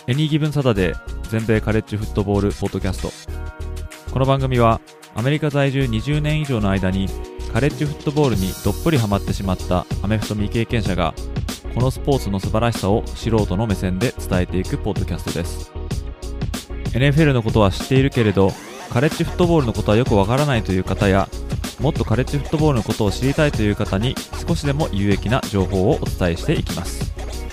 エニーギブンサタデー全米カレッジフットボールポッドキャスト。この番組はアメリカ在住20年以上の間にカレッジフットボールにどっぷりハマってしまったアメフト未経験者がこのスポーツの素晴らしさを素人の目線で伝えていくポッドキャストです。 NFL のことは知っているけれどカレッジフットボールのことはよくわからないという方や、もっとカレッジフットボールのことを知りたいという方に少しでも有益な情報をお伝えしていきます。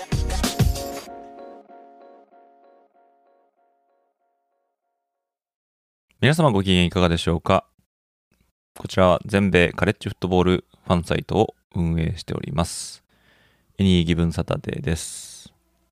皆様ご機嫌いかがでしょうか。こちらは全米カレッジフットボールファンサイトを運営しておりますエニーギブンサタデーです。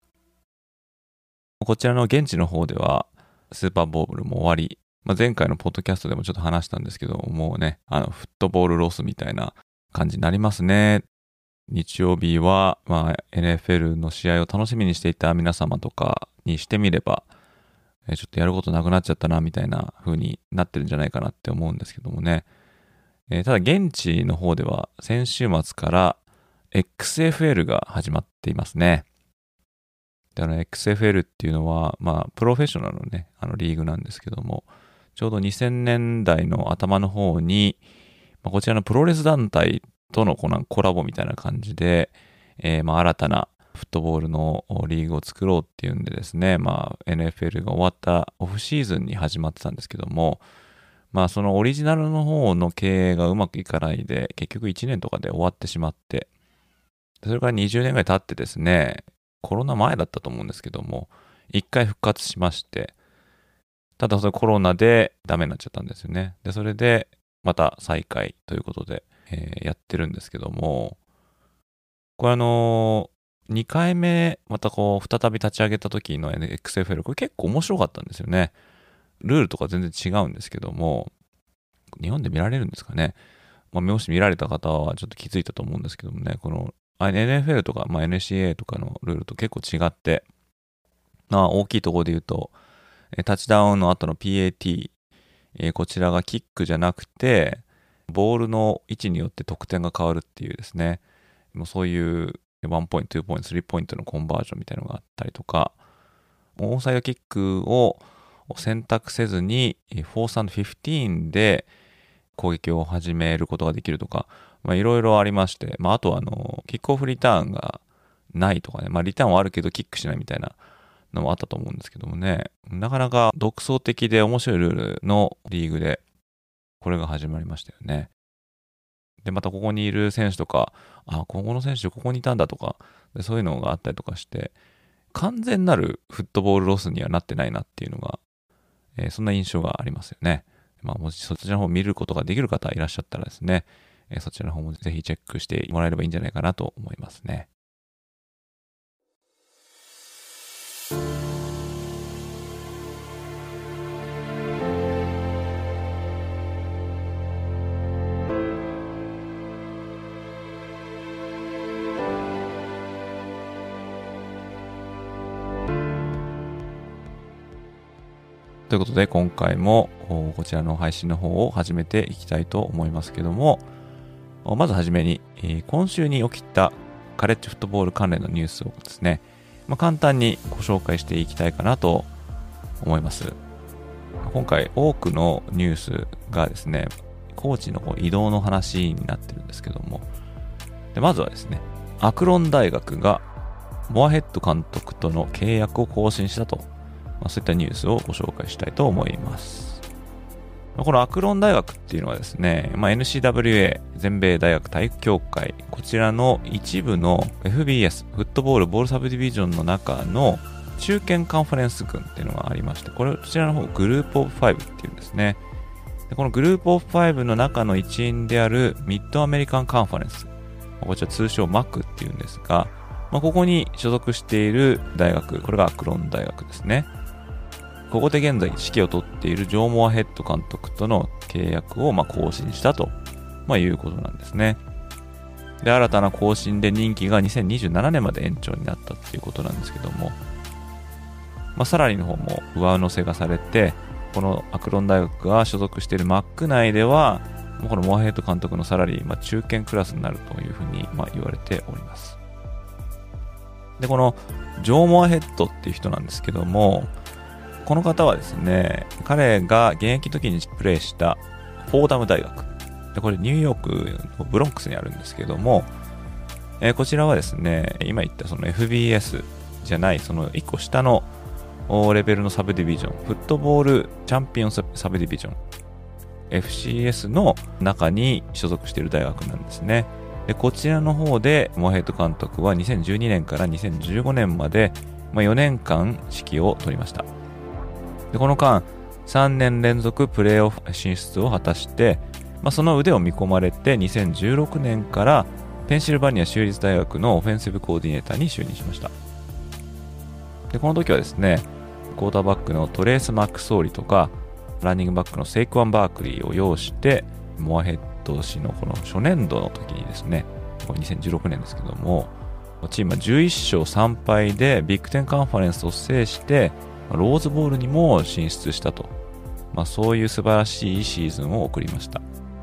こちらの現地の方ではスーパーボウルも終わり、前回のポッドキャストでもちょっと話したんですけど、もうね、フットボールロスみたいな感じになりますね。日曜日は、NFL の試合を楽しみにしていた皆様とかにしてみれば、ちょっとやることなくなっちゃったなみたいな風になってるんじゃないかなって思うんですけどもね。ただ現地の方では先週末から XFL が始まっていますね。で、XFL っていうのは、プロフェッショナルのね、リーグなんですけども、ちょうど2000年代の頭の方に、こちらのプロレス団体とのコラボみたいな感じで、新たなフットボールのリーグを作ろうっていうんでですね、NFL が終わったオフシーズンに始まってたんですけども、そのオリジナルの方の経営がうまくいかないで、結局1年とかで終わってしまって、それから20年ぐらい経ってですね、コロナ前だったと思うんですけども、一回復活しまして、ただそれコロナでダメになっちゃったんですよね。で、それでまた再開ということで、やってるんですけども、これ2回目また再び立ち上げた時の XFL、これ結構面白かったんですよね。ルールとか全然違うんですけども、日本で見られるんですかね。もし見られた方はちょっと気づいたと思うんですけどもね、このNFL とか、NCAA とかのルールと結構違って、大きいところで言うと、タッチダウンの後の PAT、こちらがキックじゃなくて、ボールの位置によって得点が変わるっていうですね、もうそういう1ポイント、2ポイント、3ポイントのコンバージョンみたいなのがあったりとか、オンサイドキックを選択せずに、4th and 15で攻撃を始めることができるとか、いろいろありまして、あとはキックオフリターンがないとかね、リターンはあるけどキックしないみたいなのもあったと思うんですけどもね、なかなか独創的で面白いルールのリーグで、これが始まりましたよね。で、またここにいる選手とか、ここの選手ここにいたんだとか、でそういうのがあったりとかして、完全なるフットボールロスにはなってないなっていうのが、そんな印象がありますよね。もしそちらの方を見ることができる方いらっしゃったらですね、そちらの方もぜひチェックしてもらえればいいんじゃないかなと思いますね。ということで今回もこちらの配信の方を始めていきたいと思いますけども、まずはじめに今週に起きたカレッジフットボール関連のニュースをですね、簡単にご紹介していきたいかなと思います。今回多くのニュースがですね、コーチの移動の話になってるんですけども、でまずはですね、アクロン大学がモアヘッド監督との契約を更新したと、そういったニュースをご紹介したいと思います。このアクロン大学っていうのはですね、NCAA 全米大学体育協会、こちらの一部の FBS フットボールボールサブディビジョンの中の中堅カンファレンス群っていうのがありまして、こちらの方グループオブ5っていうんですね。でこのグループオブ5の中の一員であるミッドアメリカンカンファレンス、こちら通称 MAC っていうんですが、ここに所属している大学、これがアクロン大学ですね。ここで現在指揮を執っているジョー・モアヘッド監督との契約を更新したと、いうことなんですね。で、新たな更新で任期が2027年まで延長になったっていうことなんですけども、サラリーの方も上乗せがされて、このアクロン大学が所属している MAC 内では、このモアヘッド監督のサラリー、中堅クラスになるというふうに言われております。 で、このジョー・モアヘッドっていう人なんですけども、この方はですね、彼が現役時にプレーしたフォーダム大学。で、これニューヨークのブロンクスにあるんですけども、こちらはですね、今言ったその FBS じゃない、その1個下のレベルのサブディビジョン、フットボールチャンピオンサブディビジョン、FCS の中に所属している大学なんですね。で、こちらの方でモアヘッド監督は2012年から2015年まで、4年間指揮を取りました。で、この間、3年連続プレーオフ進出を果たして、その腕を見込まれて2016年からペンシルバニア州立大学のオフェンシブコーディネーターに就任しました。で、この時はですね、クォーターバックのトレース・マックソーリとか、ランニングバックのセイクワン・バークリーを擁して、モアヘッド氏のこの初年度の時にですね、これ2016年ですけども、チームは11勝3敗でビッグ10カンファレンスを制して、ローズボウルにも進出したと、そういう素晴らしいシーズンを送りました。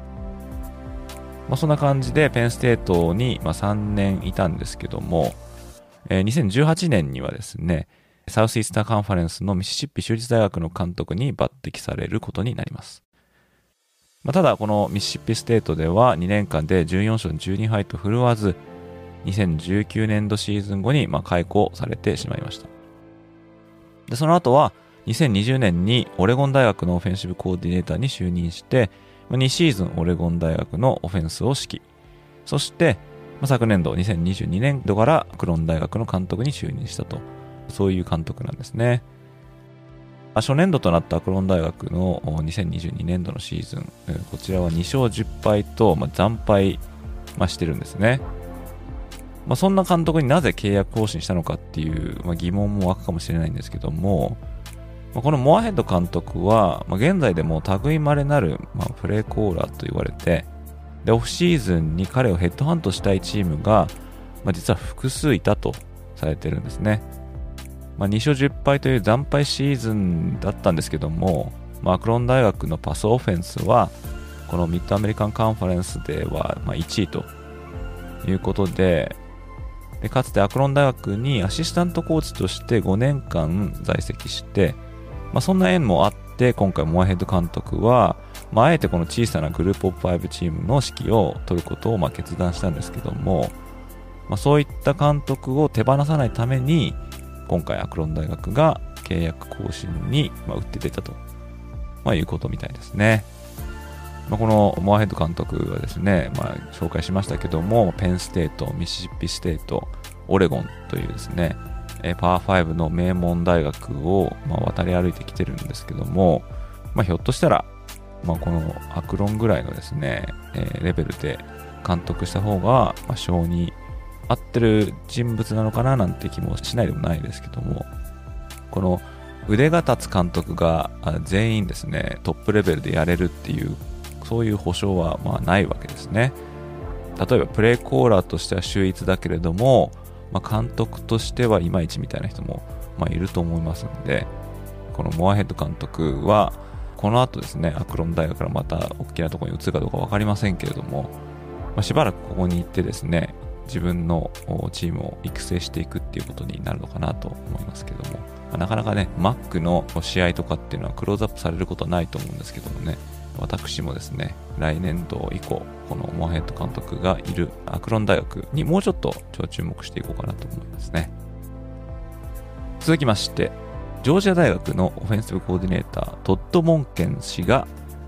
そんな感じでペンステートに3年いたんですけども、2018年にはですね、サウスイースターカンファレンスのミシシッピ州立大学の監督に抜擢されることになります。ただこのミシシッピステートでは2年間で14勝12敗と振るわず、2019年度シーズン後に解雇されてしまいました。で、その後は2020年にオレゴン大学のオフェンシブコーディネーターに就任して、2シーズンオレゴン大学のオフェンスを指揮。そして、昨年度2022年度からアクロン大学の監督に就任したと。そういう監督なんですね。初年度となったアクロン大学の2022年度のシーズン、こちらは2勝10敗と惨敗してるんですね。そんな監督になぜ契約更新したのかっていう疑問も湧くかもしれないんですけども、このモアヘッド監督は現在でも類まれなるプレーコーラーと言われて、でオフシーズンに彼をヘッドハントしたいチームが実は複数いたとされてるんですね。2勝10敗という惨敗シーズンだったんですけども、アクロン大学のパスオフェンスはこのミッドアメリカンカンファレンスでは1位ということで、かつてアクロン大学にアシスタントコーチとして5年間在籍して、そんな縁もあって今回モアヘッド監督は、あえてこの小さなグループオブ5チームの指揮を取ることを決断したんですけども、そういった監督を手放さないために今回アクロン大学が契約更新に打って出たと、いうことみたいですね。このモアヘッド監督はですね、紹介しましたけども、ペンステート、ミシシッピステート、オレゴンというですね、パワー5の名門大学を渡り歩いてきてるんですけども、ひょっとしたら、このアクロンぐらいのですね、レベルで監督した方が、性に合ってる人物なのかななんて気もしないでもないですけども、この腕が立つ監督が全員ですね、トップレベルでやれるっていう、そういう保証はないわけですね。例えばプレーコーラーとしては秀逸だけれども、監督としてはいまいちみたいな人もいると思いますので、このモアヘッド監督はこの後ですね、アクロン大学からまた大きなところに移るかどうか分かりませんけれども、しばらくここに行ってですね、自分のチームを育成していくっていうことになるのかなと思いますけども、なかなかね、マックの試合とかっていうのはクローズアップされることはないと思うんですけどもね、私もですね、来年度以降、このモアヘッド監督がいるアクロン大学にもうちょっと注目していこうかなと思いますね。続きまして、ジョージア大学のオフェンシブコーディネーター、トッド・モンケン氏が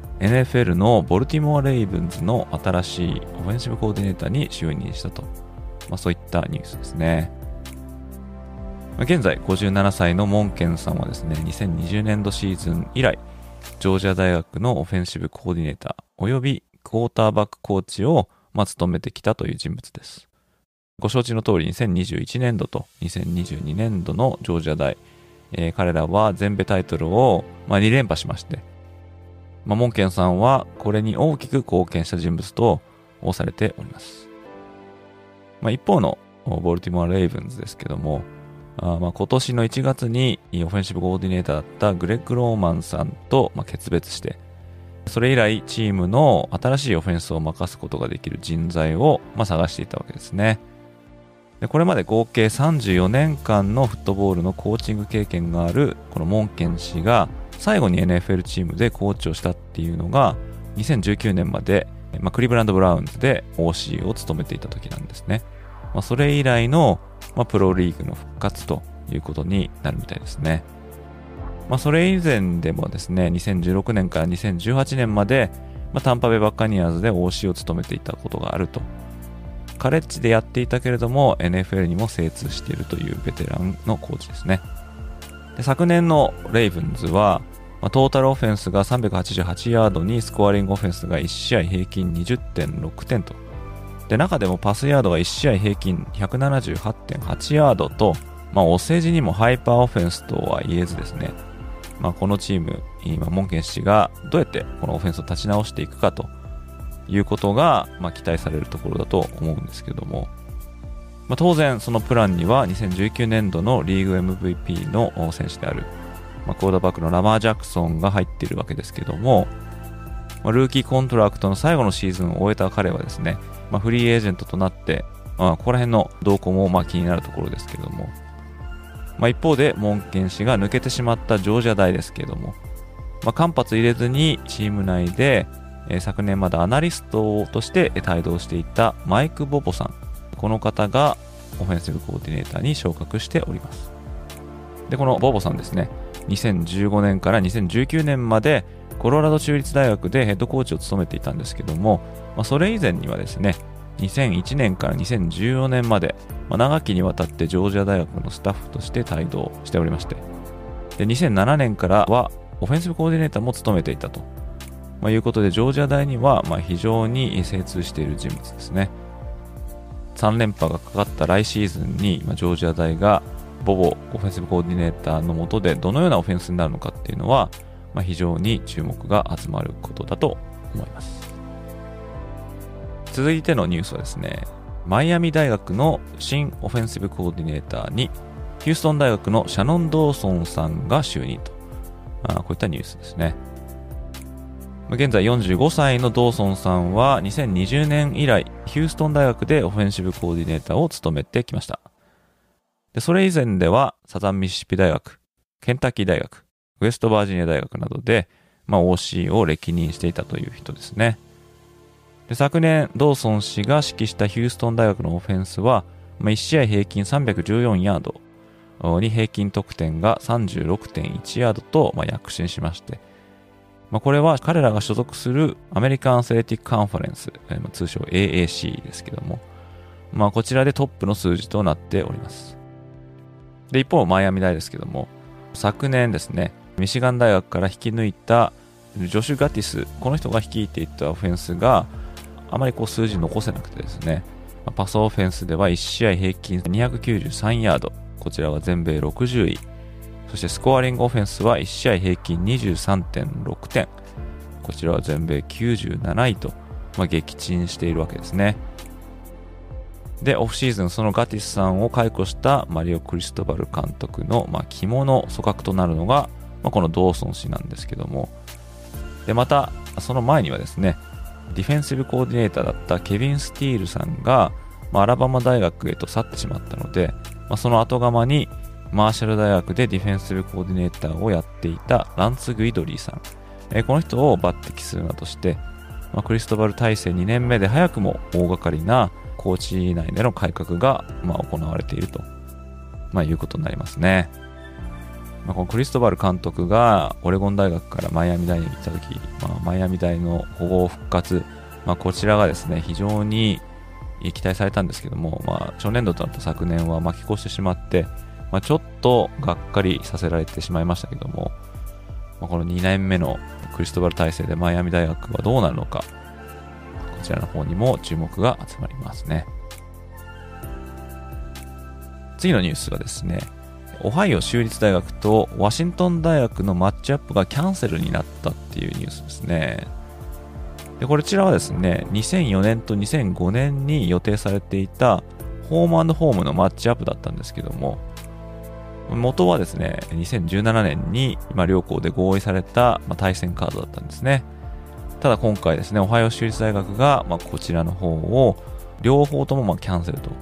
NFL のボルティモア・レイブンズの新しいオフェンシブコーディネーターに就任したと、そういったニュースですね。現在57歳のモンケンさんはですね、2020年度シーズン以来、ジョージア大学のオフェンシブコーディネーターおよびクォーターバックコーチを務めてきたという人物です。ご承知の通り2021年度と2022年度のジョージア大、彼らは全米タイトルを2連覇しまして、モンケンさんはこれに大きく貢献した人物とされております。一方のボルティモア・レイブンズですけども、今年の1月にオフェンシブコーディネーターだったグレッグ・ローマンさんと決別して、それ以来チームの新しいオフェンスを任すことができる人材を探していたわけですね。 でこれまで合計34年間のフットボールのコーチング経験があるこのモンケン氏が最後に NFL チームでコーチをしたっていうのが2019年まで、クリーブランドブラウンズで OC を務めていた時なんですね。それ以来の、プロリーグの復活ということになるみたいですね。それ以前でもですね、2016年から2018年まで、タンパベイバッカニアーズで OC を務めていたことがあると。カレッジでやっていたけれども NFL にも精通しているというベテランのコーチですね。で昨年のレイブンズは、トータルオフェンスが388ヤードにスコアリングオフェンスが1試合平均 20.6 点と。で中でもパスヤードが1試合平均 178.8 ヤードと、お世辞にもハイパーオフェンスとは言えずですね、このチーム、今モンケン氏がどうやってこのオフェンスを立ち直していくかということが、期待されるところだと思うんですけども、当然そのプランには2019年度のリーグ MVP の選手である、クォーターバックのラマー・ジャクソンが入っているわけですけども、ルーキーコントラクトの最後のシーズンを終えた彼はですね、フリーエージェントとなって、ここら辺の動向も気になるところですけども、一方でモンケン氏が抜けてしまったジョージア大ですけども、間髪入れずにチーム内で、昨年までアナリストとして帯同していたマイク・ボボさん、この方がオフェンシブコーディネーターに昇格しております。でこのボボさんですね、2015年から2019年までコロラド州立大学でヘッドコーチを務めていたんですけども、それ以前にはですね、2001年から2014年まで、長きにわたってジョージア大学のスタッフとして帯同しておりまして、で2007年からはオフェンシブコーディネーターも務めていたと、いうことでジョージア大には非常に精通している人物ですね。3連覇がかかった来シーズンにジョージア大がボボオフェンシブコーディネーターの下でどのようなオフェンスになるのかっていうのは、非常に注目が集まることだと思います。続いてのニュースはですね、マイアミ大学の新オフェンシブコーディネーターにヒューストン大学のシャノン・ドーソンさんが就任と、こういったニュースですね。現在45歳のドーソンさんは2020年以来ヒューストン大学でオフェンシブコーディネーターを務めてきました。でそれ以前ではサザンミシシッピ大学、ケンタッキー大学、ウェストバージニア大学などで、OC を歴任していたという人ですね。で昨年ドーソン氏が指揮したヒューストン大学のオフェンスは、1試合平均314ヤードに平均得点が 36.1 ヤードと、躍進しまして、これは彼らが所属するアメリカンアスレティックカンファレンス、通称 AAC ですけども、こちらでトップの数字となっております。で一方マイアミ大ですけども、昨年ですね、ミシガン大学から引き抜いたジョシュ・ガティス、この人が率いていったオフェンスがあまり数字残せなくてですね、パスオフェンスでは1試合平均293ヤード、こちらは全米60位。そしてスコアリングオフェンスは1試合平均 23.6 点、こちらは全米97位と、撃沈しているわけですね。でオフシーズンそのガティスさんを解雇したマリオ・クリストバル監督の、肝の組閣となるのが、このドーソン氏なんですけども、でまたその前にはですね、ディフェンシブコーディネーターだったケビン・スティールさんが、アラバマ大学へと去ってしまったので、その後釜にマーシャル大学でディフェンシブコーディネーターをやっていたランツ・グイドリーさん、この人を抜擢するなどして、クリストバル体制2年目で早くも大掛かりなコーチ内での改革が、行われていると、いうことになりますね。このクリストバル監督がオレゴン大学からマイアミ大に来た時、マイアミ大の保護復活、こちらがですね非常に期待されたんですけども、初年度となった昨年は巻き越してしまって、ちょっとがっかりさせられてしまいましたけども、この2年目のクリストバル体制でマイアミ大学はどうなるのか、こちらの方にも注目が集まりますね。次のニュースはですね、オハイオ州立大学とワシントン大学のマッチアップがキャンセルになったっていうニュースですね。でこちらはですね、2004年と2005年に予定されていたホーム&ホームのマッチアップだったんですけども、元はですね2017年に両校で合意された対戦カードだったんですね。ただ今回ですね、オハイオ州立大学がこちらの方を両方ともキャンセルと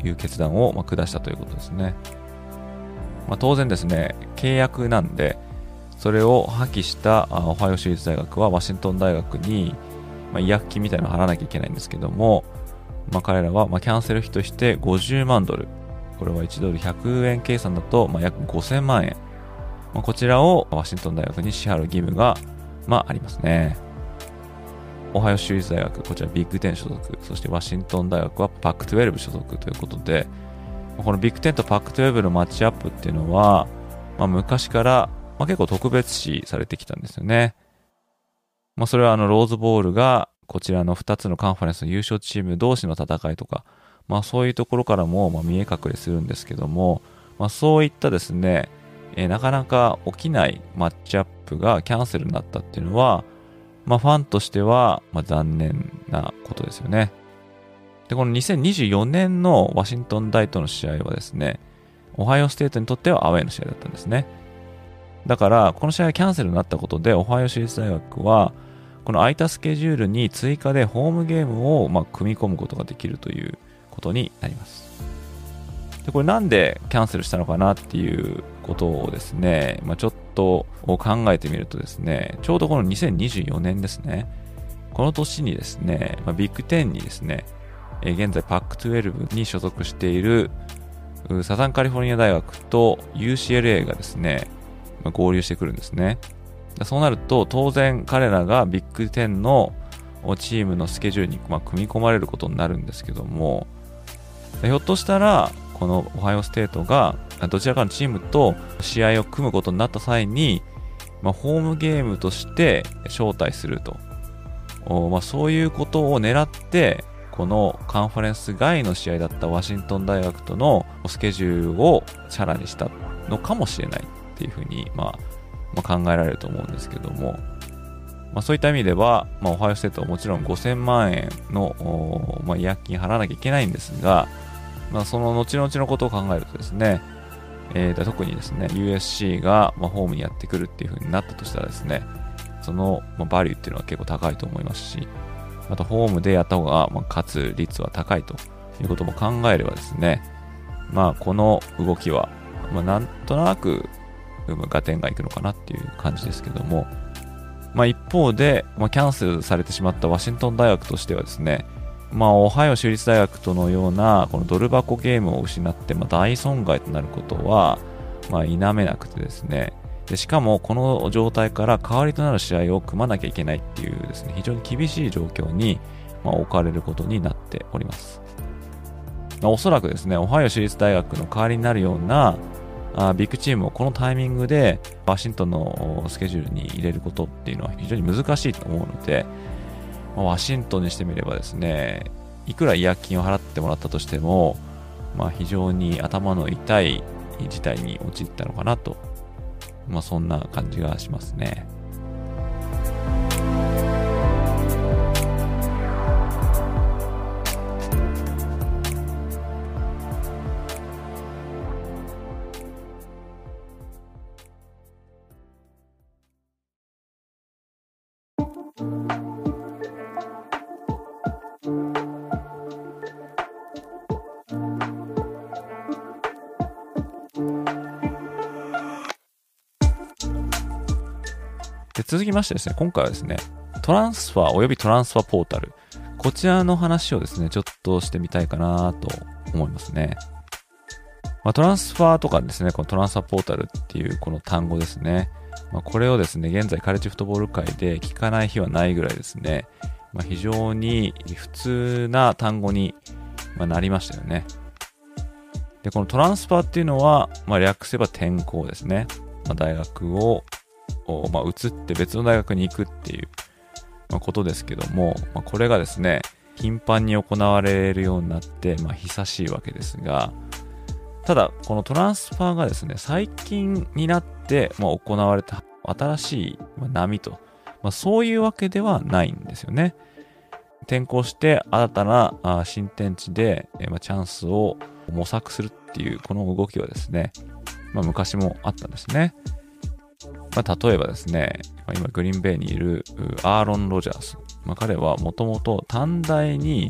いう決断を下したということですね。当然ですね、契約なんで、それを破棄したオハイオ州立大学はワシントン大学に違約金みたいなのを払わなきゃいけないんですけども、彼らはキャンセル費として50万ドル、これは1ドル100円計算だと約5000万円、こちらをワシントン大学に支払う義務がありますね。オハイオ州立大学、こちらビッグ10所属、そしてワシントン大学はパック12所属ということで、このビッグ10とパック12のマッチアップっていうのは、昔から結構特別視されてきたんですよね。それはローズボールがこちらの2つのカンファレンスの優勝チーム同士の戦いとか、そういうところからも見え隠れするんですけども、そういったですね、なかなか起きないマッチアップがキャンセルになったっていうのは、ファンとしては残念なことですよね。で、この2024年のワシントン大との試合はですね、オハイオステートにとってはアウェーの試合だったんですね。だから、この試合がキャンセルになったことで、オハイオ州立大学は、この空いたスケジュールに追加でホームゲームを組み込むことができるということになります。で、これなんでキャンセルしたのかなっていうことをですね、ちょっと考えてみるとですね、ちょうどこの2024年ですね、この年にですね、ビッグ10にですね、現在パック12に所属しているサザンカリフォルニア大学と UCLA がですね、合流してくるんですね。そうなると当然彼らがビッグ10のチームのスケジュールに組み込まれることになるんですけども、ひょっとしたらこのオハイオステートがどちらかのチームと試合を組むことになった際に、ホームゲームとして招待すると、そういうことを狙ってこのカンファレンス外の試合だったワシントン大学とのスケジュールをチャラにしたのかもしれないっていうふうに考えられると思うんですけども、そういった意味では、オハイオステートはもちろん5000万円の違約金払わなきゃいけないんですが、その後々のことを考えるとですね、特にですね USC がホームにやってくるっていう風になったとしたらですね、そのバリューっていうのは結構高いと思いますし、またホームでやった方が勝つ率は高いということも考えればですね、この動きはなんとなく合点がいくのかなっていう感じですけども、一方でキャンセルされてしまったワシントン大学としてはですね、オハイオ州立大学とのようなこのドル箱ゲームを失って大損害となることは否めなくてですね、でしかもこの状態から代わりとなる試合を組まなきゃいけないっていうですね、非常に厳しい状況に置かれることになっております。おそらくですね、オハイオ州立大学の代わりになるようなビッグチームをこのタイミングでワシントンのスケジュールに入れることっていうのは非常に難しいと思うので、ワシントンにしてみればですね、いくら違約金を払ってもらったとしても、非常に頭の痛い事態に陥ったのかなと、そんな感じがしますね。で、続きましてですね、今回はですね、トランスファーおよびトランスファーポータル、こちらの話をですね、ちょっとしてみたいかなと思いますね。トランスファーとかですね、このトランスファーポータルっていうこの単語ですね、これをですね、現在カレッジフットボール界で聞かない日はないぐらいですね、非常に普通な単語になりましたよね。で、このトランスファーっていうのは、略せば転校ですね。大学を移って別の大学に行くっていうことですけども、これがですね、頻繁に行われるようになって、久しいわけですが、ただこのトランスファーがですね、最近になって行われた新しい波と、そういうわけではないんですよね。転校して新たな新天地でチャンスを模索するっていうこの動きはですね、昔もあったんですね。例えばですね、今グリーンベイにいるアーロン・ロジャース、彼はもともと短大に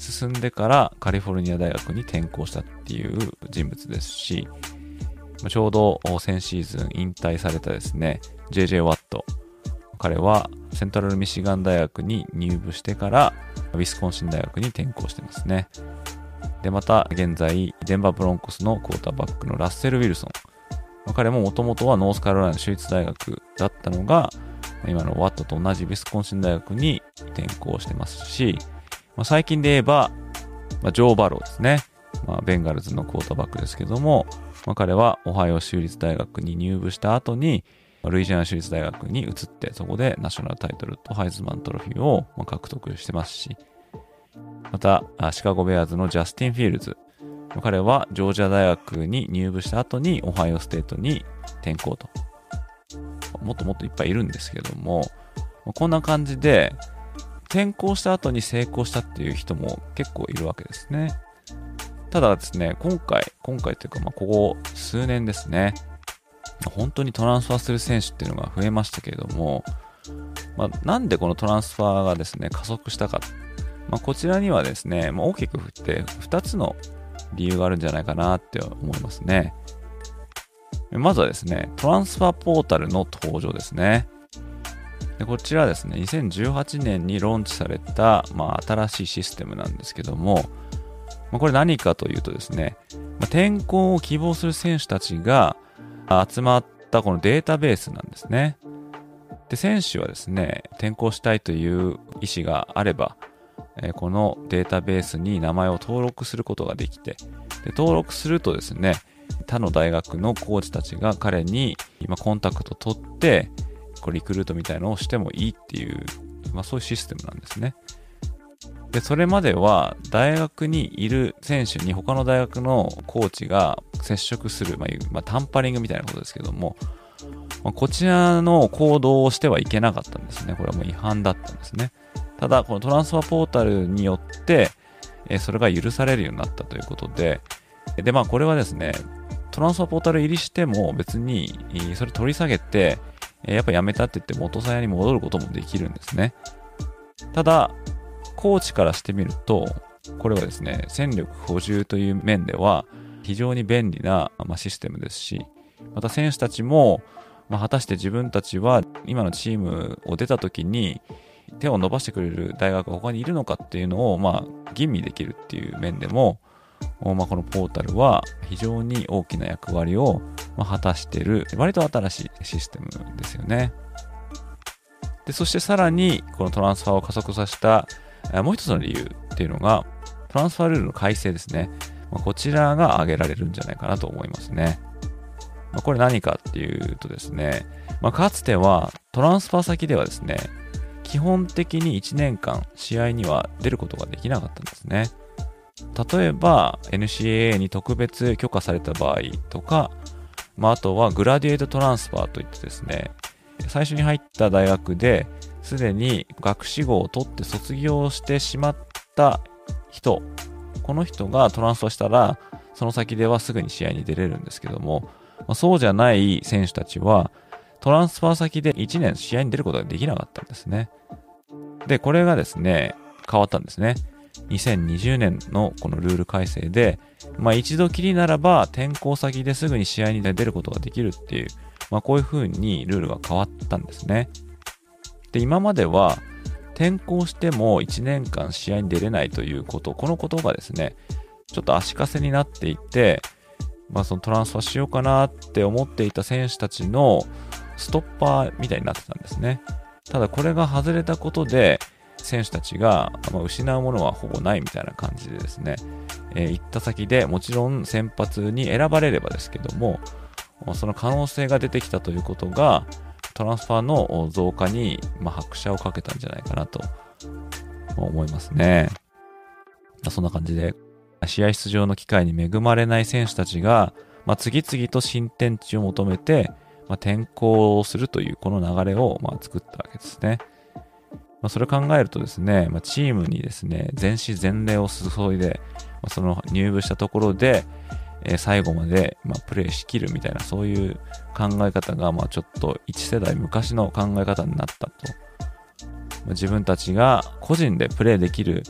進んでからカリフォルニア大学に転校したっていう人物ですし、ちょうど先シーズン引退されたですね、JJ ワット。彼はセントラルミシガン大学に入部してからウィスコンシン大学に転校してますね。で、また現在デンバーブロンコスのクォーターバックのラッセル・ウィルソン。彼ももともとはノースカロライナ州立大学だったのが、今のワットと同じウィスコンシン大学に転校してますし、最近で言えば、ジョー・バローですね。ベンガルズのクォーターバックですけども、彼はオハイオ州立大学に入部した後に、ルイジアナ州立大学に移って、そこでナショナルタイトルとハイズマントロフィーを獲得してますし、また、シカゴベアーズのジャスティン・フィールズ。彼はジョージア大学に入部した後にオハイオステートに転校と。もっともっといっぱいいるんですけども、こんな感じで、転校した後に成功したっていう人も結構いるわけですね。ただですね、今回というか、ここ数年ですね、本当にトランスファーする選手っていうのが増えましたけれども、なんでこのトランスファーがですね、加速したか。こちらにはですね、大きく振って2つの理由があるんじゃないかなって思いますね。まずはですね、トランスファーポータルの登場ですね。でこちらですね、2018年にローンチされた、新しいシステムなんですけども、これ何かというとですね、転校を希望する選手たちが集まったこのデータベースなんですね。で、選手はですね、転校したいという意思があれば、このデータベースに名前を登録することができて、で登録するとですね、他の大学のコーチたちが彼に今コンタクト取ってリクルートみたいなのをしてもいいっていう、そういうシステムなんですね。で、それまでは大学にいる選手に他の大学のコーチが接触する、タンパリングみたいなことですけども、こちらの行動をしてはいけなかったんですね。これはもう違反だったんですね。ただ、このトランスファーポータルによって、それが許されるようになったということで、これはですね、トランスファーポータル入りしても別にそれ取り下げて、やっぱやめたって言って元さやに戻ることもできるんですね。ただ、コーチからしてみると、これはですね、戦力補充という面では非常に便利なシステムですし、また選手たちも、果たして自分たちは今のチームを出た時に手を伸ばしてくれる大学が他にいるのかっていうのを吟味できるっていう面でも、このポータルは非常に大きな役割を果たしている割と新しいシステムですよね。で、そしてさらにこのトランスファーを加速させたもう一つの理由っていうのがトランスファールールの改正ですね。こちらが挙げられるんじゃないかなと思いますね。これ何かっていうとですね、かつてはトランスファー先ではですね、基本的に1年間試合には出ることができなかったんですね。例えば NCAA に特別許可された場合とか、あとはグラディエイトトランスファーといってですね、最初に入った大学ですでに学士号を取って卒業してしまった人、この人がトランスファーしたらその先ではすぐに試合に出れるんですけども、そうじゃない選手たちはトランスファー先で1年試合に出ることができなかったんですね。で、これがですね、変わったんですね。2020年のこのルール改正で、一度きりならば転校先ですぐに試合に出ることができるっていう、こういう風にルールが変わったんですね。で、今までは転校しても1年間試合に出れないということ、このことがですね、ちょっと足かせになっていて、そのトランスファーしようかなって思っていた選手たちのストッパーみたいになってたんですね。ただこれが外れたことで選手たちが、失うものはほぼないみたいな感じでですね、行った先でもちろん先発に選ばれればですけども、その可能性が出てきたということがトランスファーの増加に拍車をかけたんじゃないかなと思いますね。そんな感じで試合出場の機会に恵まれない選手たちが、次々と新天地を求めて、転校をするというこの流れを作ったわけですね。それを考えるとですね、チームにですね、全身全霊を注いで、その入部したところで、最後までプレーしきるみたいな、そういう考え方がちょっと一世代昔の考え方になったと。自分たちが個人でプレーできる機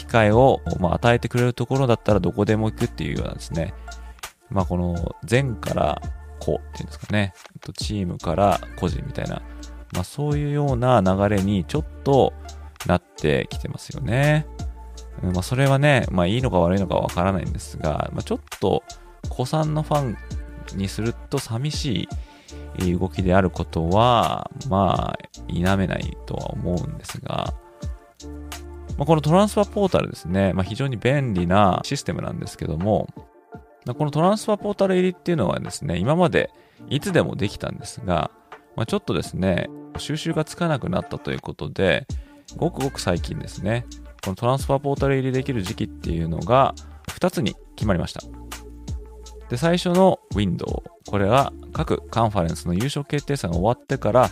会を、与えてくれるところだったらどこでも行くっていうようなですね、この善から個っていうんですかね、チームから個人みたいな、そういうような流れにちょっとなってきてますよね。それはね、いいのか悪いのかわからないんですが、ちょっと古参のファンにすると寂しい動きであることは、否めないとは思うんですが、このトランスファーポータルですね、非常に便利なシステムなんですけども、このトランスファーポータル入りっていうのはですね、今までいつでもできたんですが、ちょっとですね、収集がつかなくなったということで、ごくごく最近ですね、このトランスファーポータル入りできる時期っていうのが2つに決まりました。で、最初のウィンドウ、これは各カンファレンスの優勝決定戦が終わってから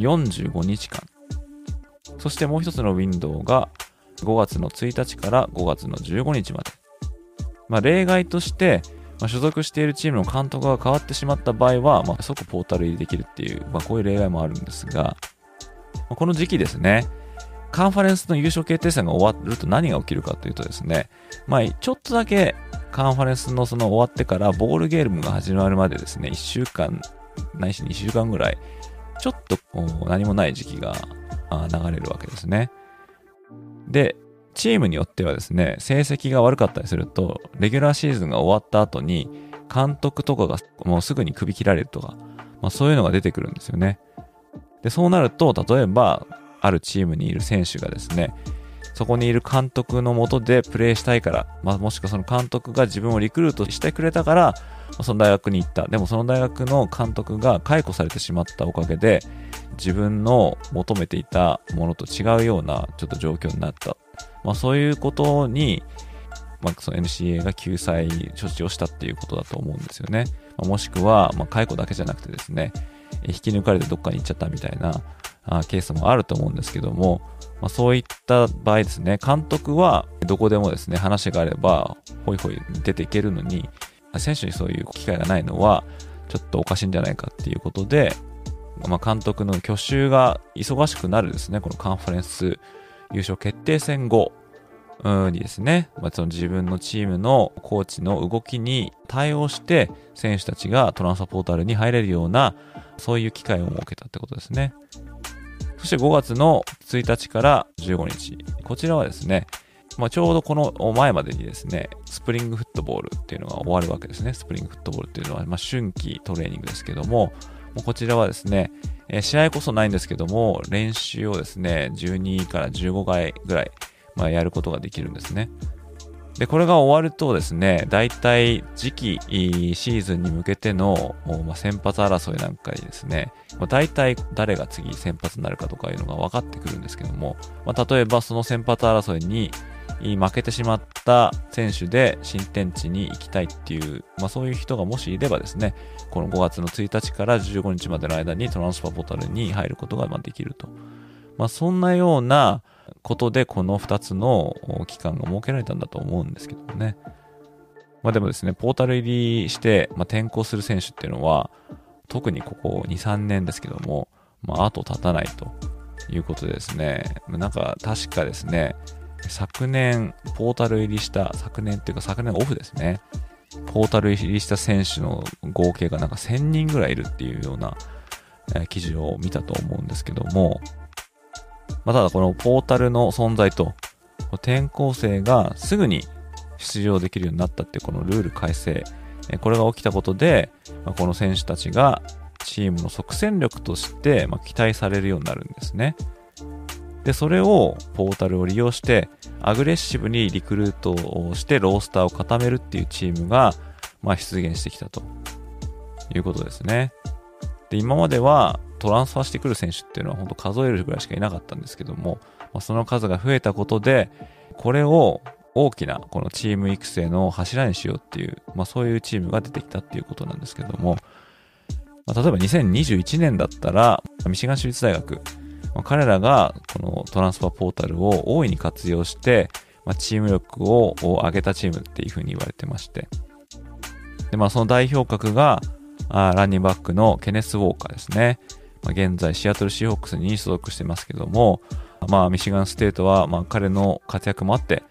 45日間。そしてもう一つのウィンドウが5月の1日から5月の15日まで。例外として、所属しているチームの監督が変わってしまった場合は、即ポータル入りできるっていう、こういう例外もあるんですが、この時期ですね、カンファレンスの優勝決定戦が終わると何が起きるかというとですね、ちょっとだけカンファレンスのその終わってからボールゲームが始まるまでですね、1週間ないし2週間ぐらい、ちょっと何もない時期が流れるわけですね。で、チームによってはですね、成績が悪かったりすると、レギュラーシーズンが終わった後に、監督とかがもうすぐに首切られるとか、そういうのが出てくるんですよね。で、そうなると、例えば、あるチームにいる選手がですね、そこにいる監督の下でプレーしたいから、もしくはその監督が自分をリクルートしてくれたから、その大学に行った。でもその大学の監督が解雇されてしまったおかげで、自分の求めていたものと違うようなちょっと状況になった。そういうことに、その NCA が救済処置をしたっていうことだと思うんですよね。もしくは、解雇だけじゃなくてですね、引き抜かれてどっかに行っちゃったみたいなケースもあると思うんですけども、そういった場合ですね、監督はどこでもですね、話があれば、ホイホイ出ていけるのに、選手にそういう機会がないのは、ちょっとおかしいんじゃないかっていうことで、監督の去就が忙しくなるですね、このカンファレンス優勝決定戦後にですね、その自分のチームのコーチの動きに対応して選手たちがトランスファーポータルに入れるようなそういう機会を設けたってことですね。そして5月の1日から15日、こちらはですね、ちょうどこの前までにですね、スプリングフットボールっていうのが終わるわけですね。スプリングフットボールっていうのは、春季トレーニングですけども、こちらはですね、試合こそないんですけども、練習をですね、12から15回ぐらい、やることができるんですね。で、これが終わるとですね、だいたい次期シーズンに向けての先発争いなんかにですね、だいたい誰が次先発になるかとかいうのが分かってくるんですけども、例えばその先発争いに負けてしまった選手で新天地に行きたいっていう、そういう人がもしいればですね、この5月の1日から15日までの間にトランスファーポータルに入ることができると。そんなようなことでこの2つの期間が設けられたんだと思うんですけどもね。でもですね、ポータル入りして、転校する選手っていうのは、特にここ2、3年ですけども、後立たないということでですね、確かですね、昨年ポータル入りした、昨年オフですね、ポータル入りした選手の合計が1000人ぐらいいるっていうような記事を見たと思うんですけども、ただこのポータルの存在と転校生がすぐに出場できるようになったっていうこのルール改正、これが起きたことで、この選手たちがチームの即戦力として期待されるようになるんですね。で、それをポータルを利用してアグレッシブにリクルートをしてロースターを固めるっていうチームが出現してきたということですね。で、今まではトランスファーしてくる選手っていうのは本当数えるぐらいしかいなかったんですけども、その数が増えたことで、これを大きなこのチーム育成の柱にしようっていう、そういうチームが出てきたっていうことなんですけども、例えば2021年だったらミシガン州立大学、彼らがこのトランスファーポータルを大いに活用して、チーム力を上げたチームっていうふうに言われてまして、で、その代表格がランニングバックのケネス・ウォーカーですね。現在シアトルシーホークスに所属してますけども、ミシガンステートは彼の活躍もあって、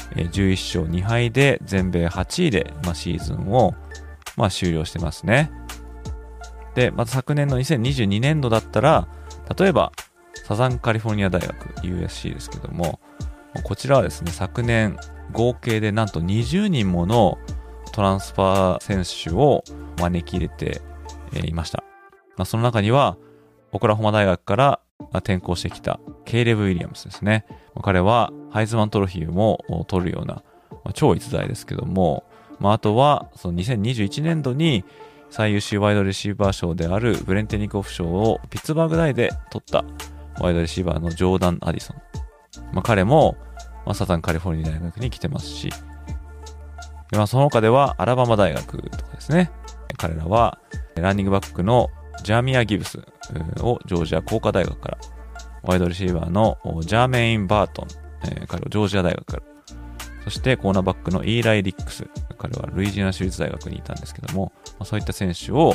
11勝2敗で全米8位で、シーズンを、終了してますね。で、また昨年の2022年度だったら、例えばサザンカリフォルニア大学 USC ですけども、こちらはですね、昨年合計でなんと20人ものトランスファー選手を招き入れていました。その中にはオクラホマ大学から転校してきたケイレブ・ウィリアムスですね。彼はハイズマントロフィーも取るような超逸材ですけども、あとはその2021年度に最優秀ワイドレシーバー賞であるブレンテニコフ賞をピッツバーグ大で取ったワイドレシーバーのジョーダン・アディソン。彼もサザンカリフォルニア大学に来てますし、でその他ではアラバマ大学とかですね。彼らはランニングバックのジャーミア・ギブスをジョージア工科大学から、ワイドレシーバーのジャーメイン・バートン、彼はジョージア大学から、そしてコーナーバックのイーライ・リックス、彼はルイジアナ州立大学にいたんですけども、そういった選手を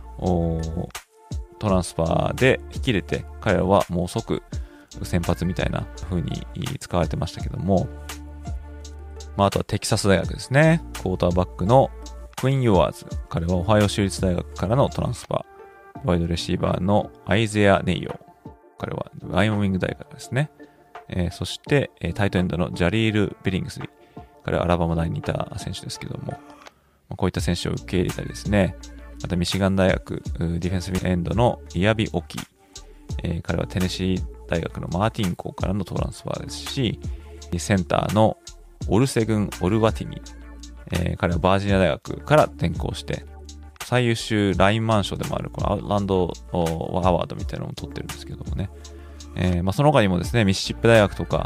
トランスファーで引き入れて、彼らはもう即先発みたいな風に使われてましたけども、あとはテキサス大学ですね。クォーターバックのクイーン・ユアーズ、彼はオハイオ州立大学からのトランスファー。ワイドレシーバーのアイゼア・ネイヨー、彼はワイオミング大学ですね。そしてタイトエンドのジャリール・ビリングスリー、彼はアラバマ大にいた選手ですけども、こういった選手を受け入れたりですね。またミシガン大学ディフェンスエンドのイヤビ・オキ、彼はテネシー大学のマーティン校からのトランスファーですし、センターのオルセグン・オルワティニ、彼はバージニア大学から転校して最優秀ラインマン賞でもあるこのアウトランドアワードみたいなのを取ってるんですけどもね、その他にもですね、ミシシッピ大学とか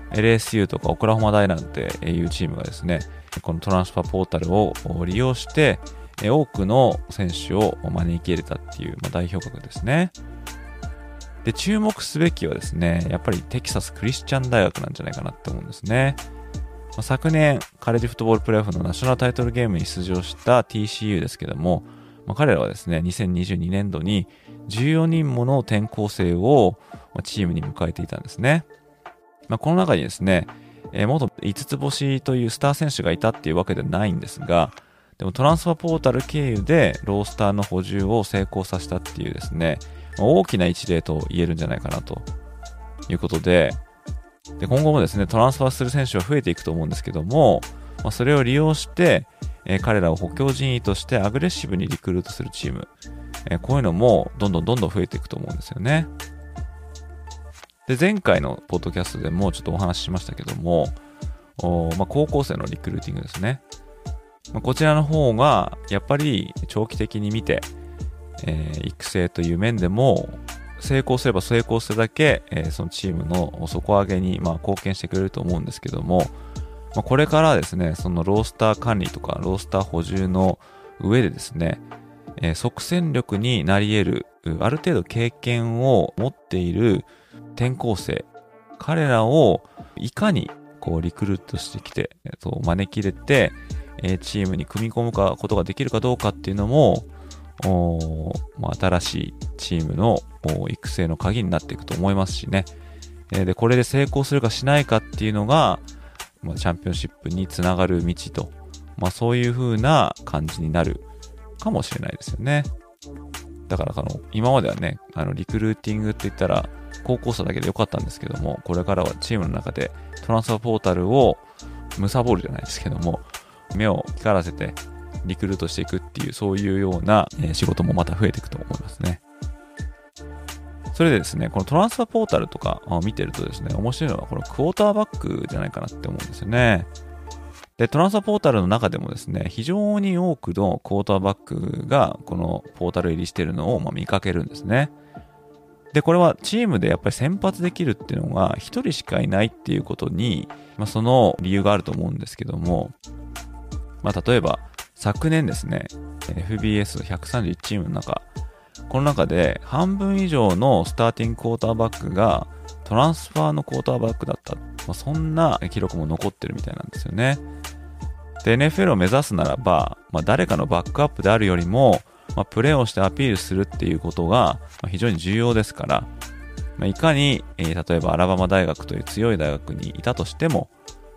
LSU とかオクラホマ大なんていうチームがですね、このトランスファーポータルを利用して多くの選手を招き入れたっていう代表格ですね。で、注目すべきはですね、やっぱりテキサスクリスチャン大学なんじゃないかなって思うんですね。昨年カレッジフットボールプレーオフのナショナルタイトルゲームに出場した TCU ですけども、彼らはですね、2022年度に14人もの転校生をチームに迎えていたんですね。この中にですね、元5つ星というスター選手がいたっていうわけではないんですが、でもトランスファーポータル経由でロースターの補充を成功させたっていうですね、大きな一例と言えるんじゃないかなということで、今後もですね、トランスファーする選手は増えていくと思うんですけども、それを利用して、彼らを補強人員としてアグレッシブにリクルートするチーム、こういうのもどんどん増えていくと思うんですよね。で、前回のポッドキャストでもちょっとお話ししましたけども、高校生のリクルーティングですね。こちらの方がやっぱり長期的に見て、育成という面でも成功すれば成功するだけ、そのチームの底上げに貢献してくれると思うんですけども、これからですね、そのロースター管理とかロースター補充の上でですね、即戦力になり得るある程度経験を持っている転校生、彼らをいかにリクルートしてきて招き入れて、チームに組み込むことができるかどうかっていうのも新しいチームの育成の鍵になっていくと思いますしね。で、これで成功するかしないかっていうのが、チャンピオンシップにつながる道と、そういう風な感じになるかもしれないですよね。だから今まではね、リクルーティングって言ったら高校生だけでよかったんですけども、これからはチームの中でトランスファーポータルを貪るじゃないですけども、目を光らせてリクルートしていくっていう、そういうような仕事もまた増えていくと思いますね。それでですね、このトランスファーポータルとか見てるとですね、面白いのはこのクォーターバックじゃないかなって思うんですよね。で、トランスファーポータルの中でもですね、非常に多くのクォーターバックがこのポータル入りしているのを見かけるんですね。で、これはチームでやっぱり先発できるっていうのが一人しかいないっていうことに、その理由があると思うんですけども、例えば昨年ですね、FBS131 チームの中、この中で半分以上のスターティングクォーターバックがトランスファーのクォーターバックだった。そんな記録も残ってるみたいなんですよね。で、NFL を目指すならば、誰かのバックアップであるよりも、プレーをしてアピールするっていうことが非常に重要ですから、いかに、例えばアラバマ大学という強い大学にいたとしても、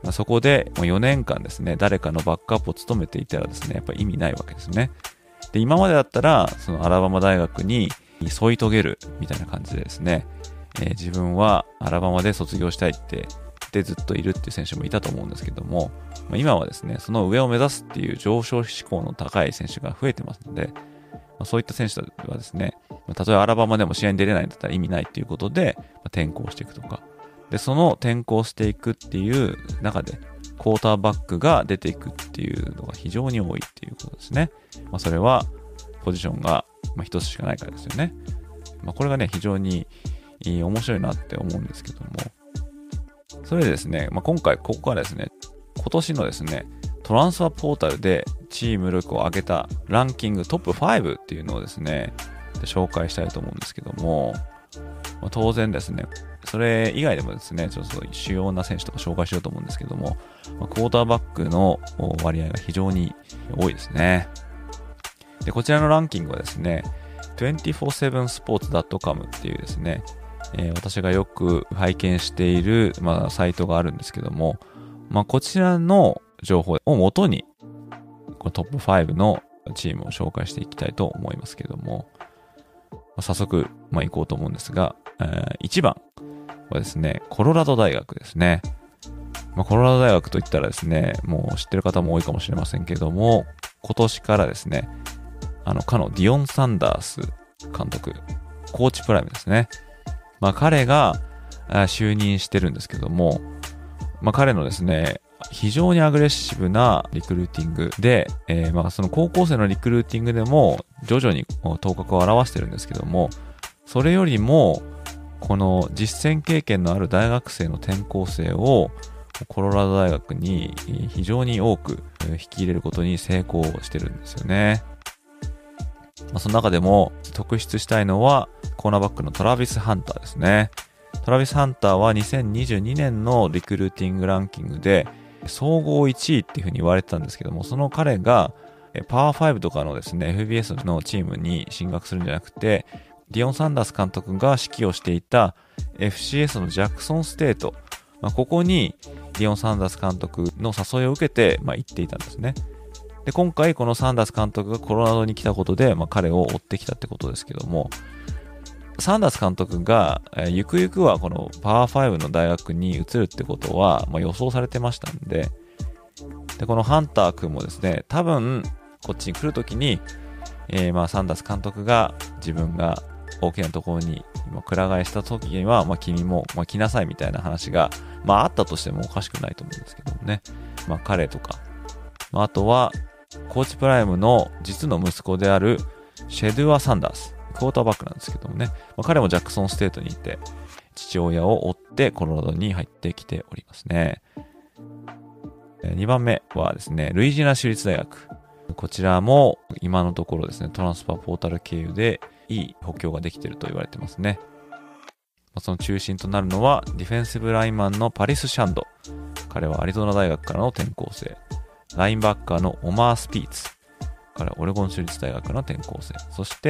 そこでもう4年間ですね、誰かのバックアップを務めていたらですね、やっぱり意味ないわけですね。で、今までだったら、そのアラバマ大学に添い遂げるみたいな感じでですね、自分はアラバマで卒業したいってでずっといるっていう選手もいたと思うんですけども、今はですね、その上を目指すっていう上昇志向の高い選手が増えてますので、そういった選手はですね、たとえアラバマでも試合に出れないんだったら意味ないっていうことで、転校していくとか。で、その転校していくっていう中で、クォーターバックが出ていくっていうのが非常に多いっていうことですね。それは、ポジションが一つしかないからですよね。これがね、非常に面白いなって思うんですけども。それでですね、今回ここからですね、今年のですね、トランスファーポータルでチーム力を上げたランキングトップ5っていうのをですね、紹介したいと思うんですけども、当然ですね、それ以外でもですね、ちょっと主要な選手とか紹介しようと思うんですけども、クォーターバックの割合が非常に多いですね。で、こちらのランキングはですね、247sports.com っていうですね、私がよく拝見している、サイトがあるんですけども、こちらの情報をもとに、このトップ5のチームを紹介していきたいと思いますけども、早速、行こうと思うんですが、1番はですね、コロラド大学ですね。コロラド大学といったらですね、もう知ってる方も多いかもしれませんけども、今年からですね、かのディオン・サンダース監督、コーチプライムですね。彼が就任してるんですけども、彼のですね、非常にアグレッシブなリクルーティングで、その高校生のリクルーティングでも徐々に頭角を現してるんですけども、それよりもこの実践経験のある大学生の転校生をコロラド大学に非常に多く引き入れることに成功してるんですよね。その中でも特筆したいのはコーナーバックのトラビス・ハンターですね。トラビス・ハンターは2022年のリクルーティングランキングで総合1位っていうふうに言われてたんですけども、その彼がパワー5とかのですね FBS のチームに進学するんじゃなくて、ディオン・サンダース監督が指揮をしていた FCS のジャクソンステート、ここにディオン・サンダース監督の誘いを受けて行っていたんですね。で、今回このサンダース監督がコロラドに来たことで、彼を追ってきたってことですけども、サンダース監督がゆくゆくはこのパワー5の大学に移るってことは予想されてましたんで、このハンター君もですね、多分こっちに来るときに、サンダース監督が自分が大きなところにくら替えしたときには、君も来なさいみたいな話があったとしてもおかしくないと思うんですけどもね。彼とか、あとはコーチプライムの実の息子であるシェドゥア・サンダース、クォーターバックなんですけどもね、彼もジャクソンステートにいて父親を追ってコロラドに入ってきておりますね。2番目はですね、ルイジアナ州立大学。こちらも今のところですね、トランスファーポータル経由でいい補強ができていると言われてますね。その中心となるのはディフェンシブラインマンのパリス・シャンド。彼はアリゾナ大学からの転校生。ラインバッカーのオマー・スピーツ。彼はオレゴン州立大学の転校生。そして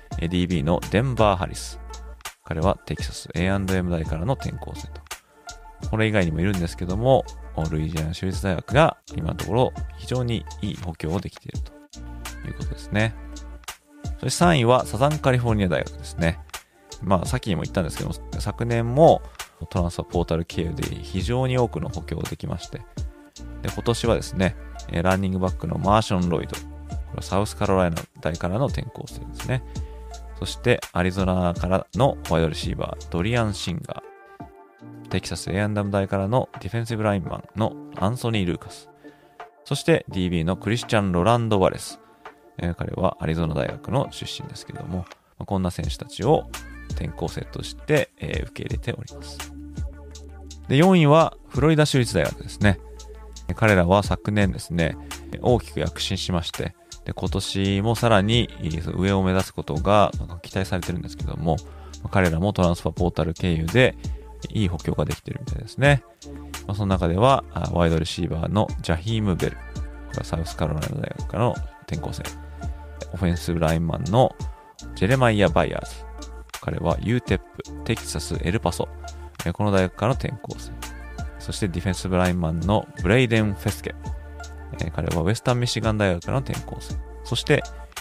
DB のデンバー・ハリス。彼はテキサス A&M 大からの転校生と。これ以外にもいるんですけども、ルイジアナ州立大学が今のところ非常にいい補強をできているということですね。そして3位はサザンカリフォルニア大学ですね。さっきにも言ったんですけども、昨年もトランスファーポータル経由で非常に多くの補強ができまして、で今年はですね、ランニングバックのマーション・ロイド、これはサウスカロライナ大からの転校生ですね。そしてアリゾナからのワイドレシーバードリアン・シンガー、テキサス A&M 大からのディフェンシブラインマンのアンソニー・ルーカス、そして DB のクリスチャン・ロランド・ワレス、彼はアリゾナ大学の出身ですけども、こんな選手たちを転校生として、受け入れております。で、4位はフロリダ州立大学ですね。彼らは昨年ですね、大きく躍進しまして、で今年もさらに上を目指すことが期待されてるんですけども、彼らもトランスファーポータル経由でいい補強ができてるみたいですね。その中ではワイドレシーバーのジャヒーム・ベル、これはサウスカロライナ大学からの転校生。オフェンスラインマンのジェレマイア・バイヤーズ、彼は UTEP テキサスエルパソ、この大学からの転校生。 そしてディフェンスブラインマンのブレイデン・フェスケ。彼はウェスタンミシガン大学からの転校生。そして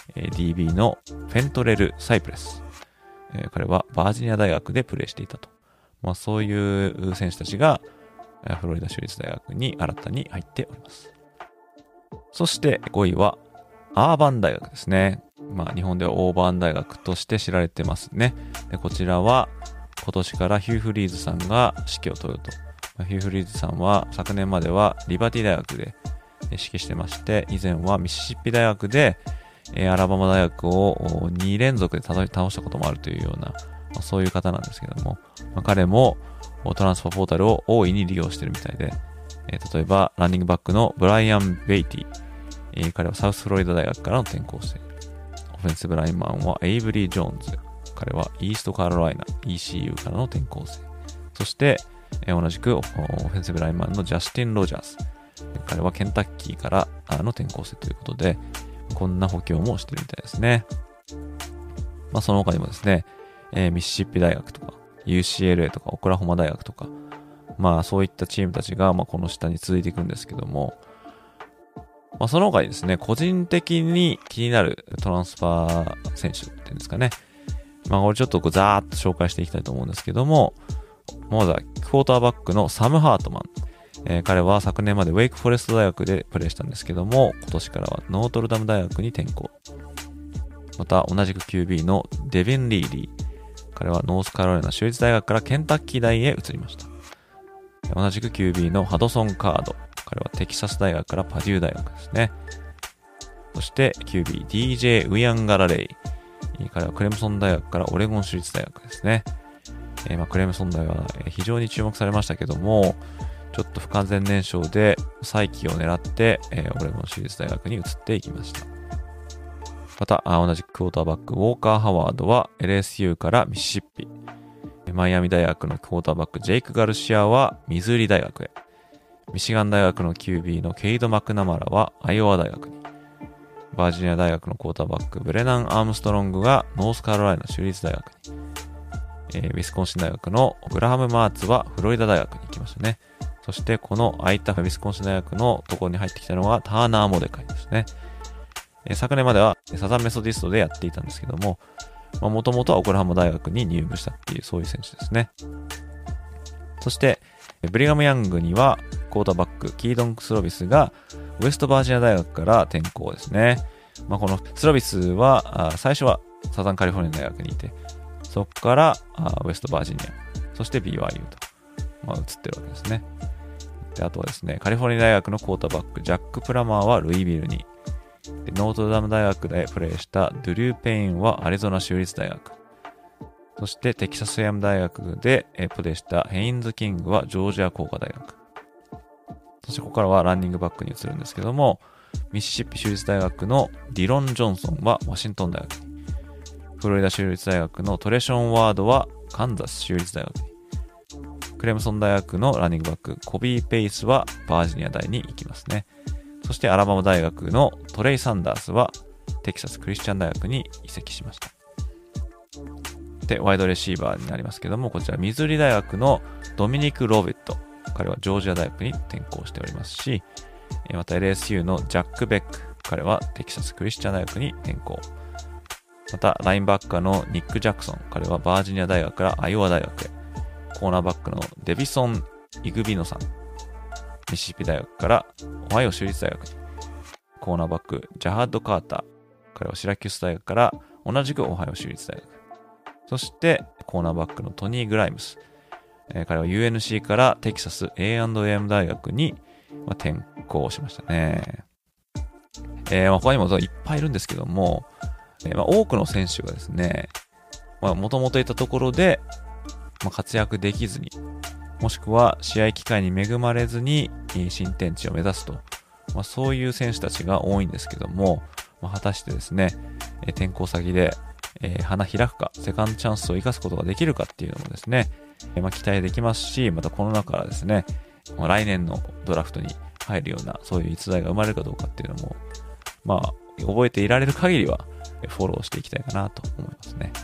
、DB のフェントレル・サイプレス。彼はバージニア大学でプレーしていたと。そういう選手たちがフロリダ州立大学に新たに入っております。そして5位はアーバン大学ですね。日本ではオーバーン大学として知られてますね。でこちらは今年からヒュー・フリーズさんが指揮を執ると。ヒュー・フリーズさんは昨年まではリバティ大学で指揮してまして、以前はミシシッピ大学でアラバマ大学を2連続で倒したこともあるというような、そういう方なんですけども、彼もトランスファーポータルを大いに利用しているみたいで、例えばランニングバックのブライアン・ベイティ、彼はサウスフロリダ大学からの転校生。オフェンスブラインマンはエイブリー・ジョーンズ、彼はイーストカロライナ ECU からの転校生。そして同じくオフェンスブラインマンのジャスティン・ロジャース、彼はケンタッキーからの転校生ということで、こんな補強もしてるみたいですね。その他にもですね、ミシシッピ大学とか UCLA とかオクラホマ大学とか、そういったチームたちがこの下に続いていくんですけども、その他にですね、個人的に気になるトランスファー選手っていうんですかね。これちょっとざーっと紹介していきたいと思うんですけども、まずはクォーターバックのサム・ハートマン。彼は昨年までウェイクフォレスト大学でプレーしたんですけども、今年からはノートルダム大学に転校。また同じく QB のデビン・リーリー。彼はノースカロライナ州立大学からケンタッキー大へ移りました。同じく QB のハドソン・カード。彼はテキサス大学からパデュー大学ですね。そして QB DJ ウィアンガラレイ。彼はクレムソン大学からオレゴン州立大学ですね。クレムソン大は非常に注目されましたけども、ちょっと不完全燃焼で再起を狙って、オレゴン州立大学に移っていきました。また同じくクォーターバックウォーカー・ハワードは LSU からミシシッピ。マイアミ大学のクォーターバックジェイク・ガルシアはミズーリ大学へ。ミシガン大学の QB のケイド・マクナマラはアイオワ大学に。バージニア大学のクォーターバックブレナン・アームストロングがノースカロライナ州立大学に。ウィスコンシン大学のグラハム・マーツはフロリダ大学に行きましたね。そしてこの空いたウィスコンシン大学のところに入ってきたのはターナー・モデカイですね。昨年まではサザンメソディストでやっていたんですけども、もともとはオクラハマ大学に入部したっていうそういう選手ですね。そしてブリガム・ヤングにはクォーターバックキードン・スロビスがウェストバージニア大学から転校ですね。このスロビスは最初はサザンカリフォルニア大学にいて、そこからウェストバージニア、そして BYU と、移ってるわけですね。であとはですね、カリフォルニア大学のクォーターバックジャック・プラマーはルイビルに、でノートルダム大学でプレーしたドゥリュー・ペインはアリゾナ州立大学、そしてテキサス AM 大学でプレーしたヘインズ・キングはジョージア工科大学、そしてここからはランニングバックに移るんですけども、ミシシッピ州立大学のディロン・ジョンソンはワシントン大学に、フロリダ州立大学のトレション・ワードはカンザス州立大学に、クレムソン大学のランニングバックコビー・ペイスはバージニア大に行きますね。そしてアラバマ大学のトレイ・サンダースはテキサスクリスチャン大学に移籍しました。でワイドレシーバーになりますけども、こちらミズーリ大学のドミニク・ロベット、彼はジョージア大学に転校しておりますし、また LSU のジャック・ベック、彼はテキサスクリスチャン大学に転校。またラインバッカーのニック・ジャクソン、彼はバージニア大学からアイオワ大学へ。コーナーバックのデビソン・イグビノさん、ミシシッピ大学からオハイオ州立大学に。コーナーバックジャハッド・カーター、彼はシラキュース大学から同じくオハイオ州立大学。そしてコーナーバックのトニー・グライムス、彼は UNC からテキサス A&M 大学に転校しましたね。他にもいっぱいいるんですけども、多くの選手がですね、もともといたところで、活躍できずに、もしくは試合機会に恵まれずに新天地を目指すと、そういう選手たちが多いんですけども、果たしてですね、転校先で、花開くか、セカンドチャンスを生かすことができるかっていうのもですね、期待できますし、またこの中からですね、来年のドラフトに入るようなそういう逸材が生まれるかどうかっていうのも、覚えていられる限りはフォローしていきたいかなと思いますね。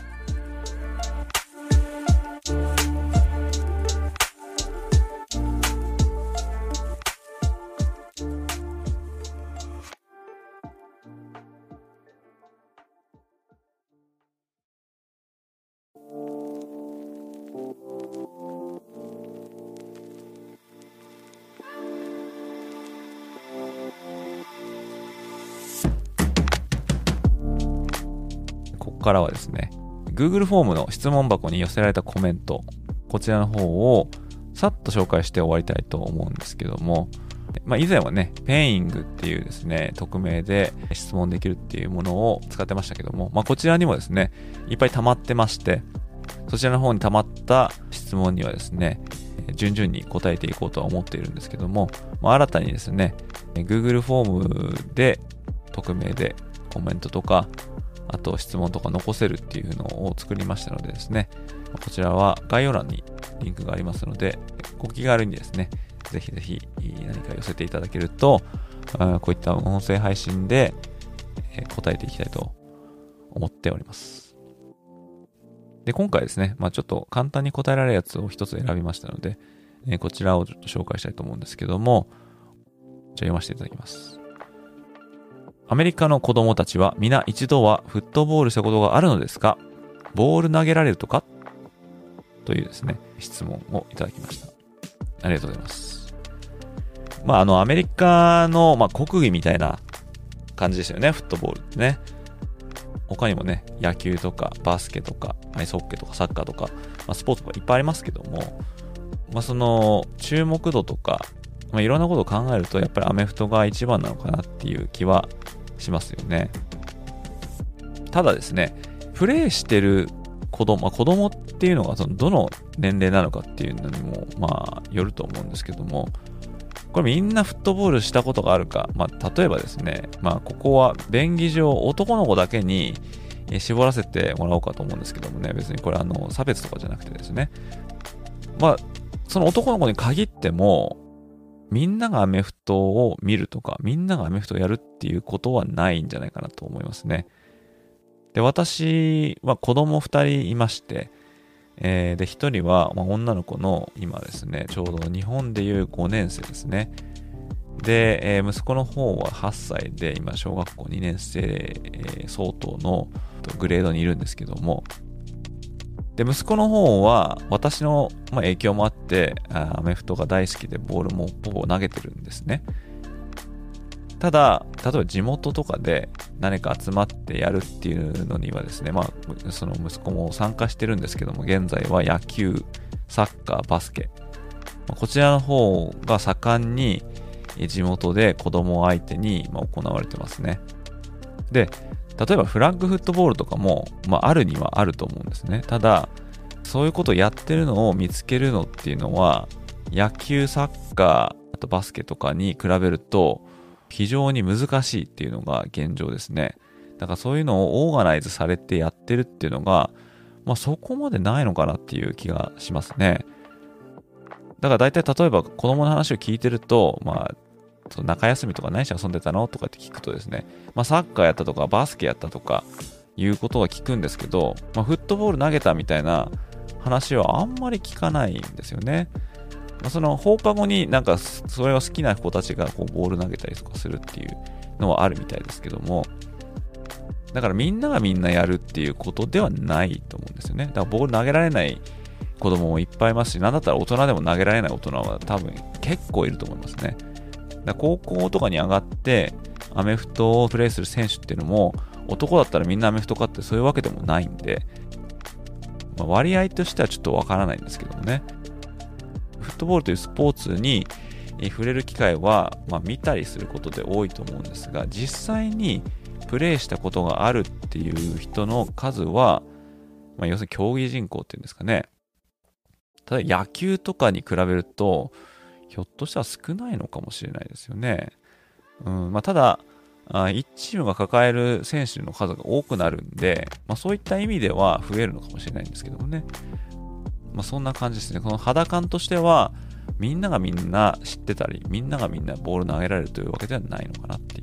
こからはですね、Google フォームの質問箱に寄せられたコメント、こちらの方をさっと紹介して終わりたいと思うんですけども、以前はね、Paying っていうですね、匿名で質問できるっていうものを使ってましたけども、こちらにもですね、いっぱい溜まってまして、そちらの方に溜まった質問にはですね、順々に答えていこうとは思っているんですけども、新たにですね、Google フォームで匿名でコメントとか、あと質問とか残せるっていうのを作りましたのでですね、こちらは概要欄にリンクがありますので、ご気軽にですね、ぜひぜひ何か寄せていただけると、こういった音声配信で答えていきたいと思っております。で、今回ですね、ちょっと簡単に答えられるやつを一つ選びましたので、こちらをちょっと紹介したいと思うんですけども、じゃあ読ませていただきます。アメリカの子供たちは皆一度はフットボールしたことがあるのですか？ボール投げられるとか？というですね、質問をいただきました。ありがとうございます。アメリカの、国技みたいな感じですよね、フットボールってね。他にもね、野球とかバスケとかアイスホッケーとかサッカーとか、スポーツとかいっぱいありますけども、その注目度とか、いろんなことを考えるとやっぱりアメフトが一番なのかなっていう気はしますよね。ただですね、プレイしてる子供っていうのがどの年齢なのかっていうのにもよると思うんですけども、これみんなフットボールしたことがあるか、例えばですね、ここは便宜上男の子だけに絞らせてもらおうかと思うんですけどもね、別にこれ差別とかじゃなくてですね、その男の子に限ってもみんながアメフトを見るとか、みんながアメフトをやるっていうことはないんじゃないかなと思いますね。で、私は子供2人いまして、で、1人は、女の子の今ですね、ちょうど日本でいう5年生ですね。で、息子の方は8歳で、今、小学校2年生、相当のグレードにいるんですけども、で、息子の方は、私の影響もあって、アメフトが大好きで、ボールもほぼ投げてるんですね。ただ、例えば地元とかで何か集まってやるっていうのにはですね、その息子も参加してるんですけども、現在は野球、サッカー、バスケ、こちらの方が盛んに地元で子供相手に行われてますね。で、例えばフラッグフットボールとかも、あるにはあると思うんですね。ただ、そういうことをやってるのを見つけるのっていうのは、野球、サッカー、あとバスケとかに比べると、非常に難しいっていうのが現状ですね。だからそういうのをオーガナイズされてやってるっていうのが、そこまでないのかなっていう気がしますね。だから大体例えば子供の話を聞いてると、中休みとか何して遊んでたのとかって聞くとですね、サッカーやったとかバスケやったとかいうことは聞くんですけど、フットボール投げたみたいな話はあんまり聞かないんですよね。その放課後になんかそれを好きな子たちがボール投げたりとかするっていうのはあるみたいですけども、だからみんながみんなやるっていうことではないと思うんですよね。だからボール投げられない子供もいっぱいいますし、なんだったら大人でも投げられない大人は多分結構いると思いますね。だから高校とかに上がってアメフトをプレイする選手っていうのも、男だったらみんなアメフトかってそういうわけでもないんで、割合としてはちょっとわからないんですけどもね。フットボールというスポーツに触れる機会は、見たりすることで多いと思うんですが、実際にプレイしたことがあるっていう人の数は、要するに競技人口っていうんですかね。ただ野球とかに比べると、ひょっとしたら少ないのかもしれないですよね。ただ、1チームが抱える選手の数が多くなるんで、そういった意味では増えるのかもしれないんですけどもね。そんな感じですね。この肌感としては、みんながみんな知ってたり、みんながみんなボール投げられるというわけではないのかなっていう、